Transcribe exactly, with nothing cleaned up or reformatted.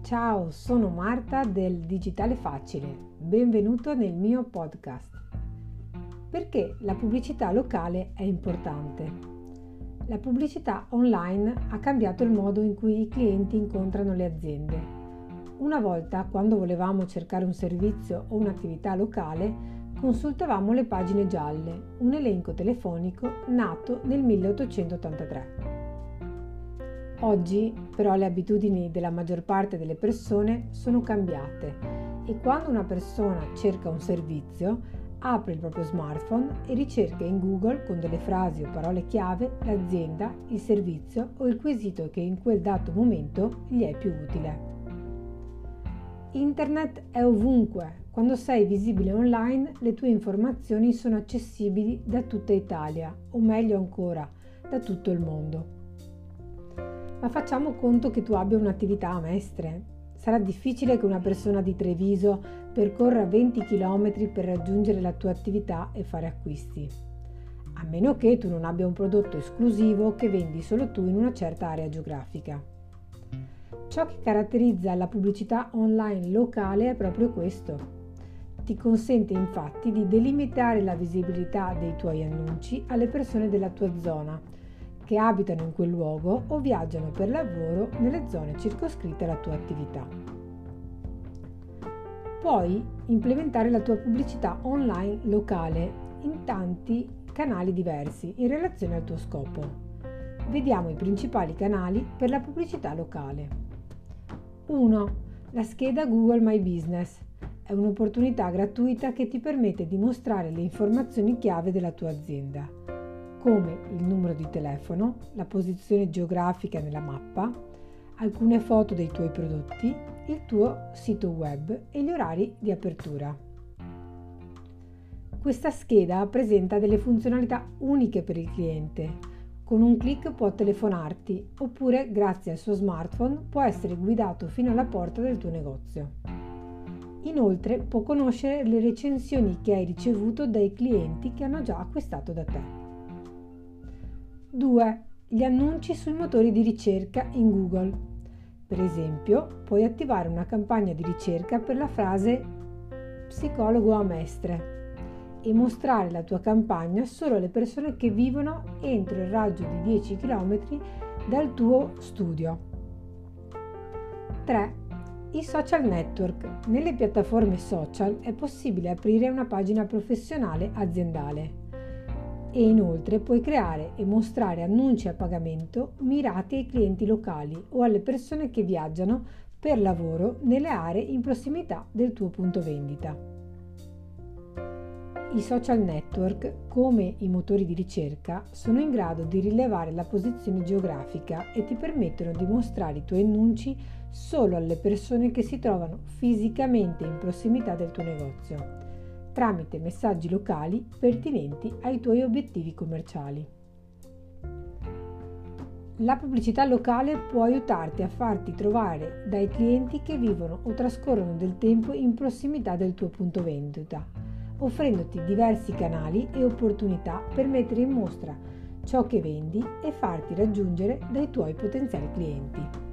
Ciao, sono Marta del Digitale Facile. Benvenuto nel mio podcast. Perché la pubblicità locale è importante? La pubblicità online ha cambiato il modo in cui i clienti incontrano le aziende. Una volta, quando volevamo cercare un servizio o un'attività locale, consultavamo le pagine gialle, un elenco telefonico nato nel milleottocentottantatré. Oggi però le abitudini della maggior parte delle persone sono cambiate e quando una persona cerca un servizio apre il proprio smartphone e ricerca in Google con delle frasi o parole chiave l'azienda, il servizio o il quesito che in quel dato momento gli è più utile. Internet è ovunque. Quando sei visibile online, le tue informazioni sono accessibili da tutta Italia, o meglio ancora, da tutto il mondo. Ma facciamo conto che tu abbia un'attività a Mestre. Sarà difficile che una persona di Treviso percorra venti chilometri per raggiungere la tua attività e fare acquisti, a meno che tu non abbia un prodotto esclusivo che vendi solo tu in una certa area geografica. Ciò che caratterizza la pubblicità online locale è proprio questo. Ti consente infatti di delimitare la visibilità dei tuoi annunci alle persone della tua zona, che abitano in quel luogo o viaggiano per lavoro nelle zone circoscritte alla tua attività. Puoi implementare la tua pubblicità online locale in tanti canali diversi in relazione al tuo scopo. Vediamo i principali canali per la pubblicità locale. uno. La scheda Google My Business. È un'opportunità gratuita che ti permette di mostrare le informazioni chiave della tua azienda, come il numero di telefono, la posizione geografica nella mappa, alcune foto dei tuoi prodotti, il tuo sito web e gli orari di apertura. Questa scheda presenta delle funzionalità uniche per il cliente. Con un clic può telefonarti oppure, grazie al suo smartphone, può essere guidato fino alla porta del tuo negozio. Inoltre può conoscere le recensioni che hai ricevuto dai clienti che hanno già acquistato da te. due. Gli annunci sui motori di ricerca in Google. Per esempio, puoi attivare una campagna di ricerca per la frase psicologo a Mestre e mostrare la tua campagna solo alle persone che vivono entro il raggio di dieci chilometri dal tuo studio. tre. I social network. Nelle piattaforme social è possibile aprire una pagina professionale aziendale e inoltre puoi creare e mostrare annunci a pagamento mirati ai clienti locali o alle persone che viaggiano per lavoro nelle aree in prossimità del tuo punto vendita. I social network, come i motori di ricerca, sono in grado di rilevare la posizione geografica e ti permettono di mostrare i tuoi annunci solo alle persone che si trovano fisicamente in prossimità del tuo negozio, tramite messaggi locali pertinenti ai tuoi obiettivi commerciali. La pubblicità locale può aiutarti a farti trovare dai clienti che vivono o trascorrono del tempo in prossimità del tuo punto vendita, offrendoti diversi canali e opportunità per mettere in mostra ciò che vendi e farti raggiungere dai tuoi potenziali clienti.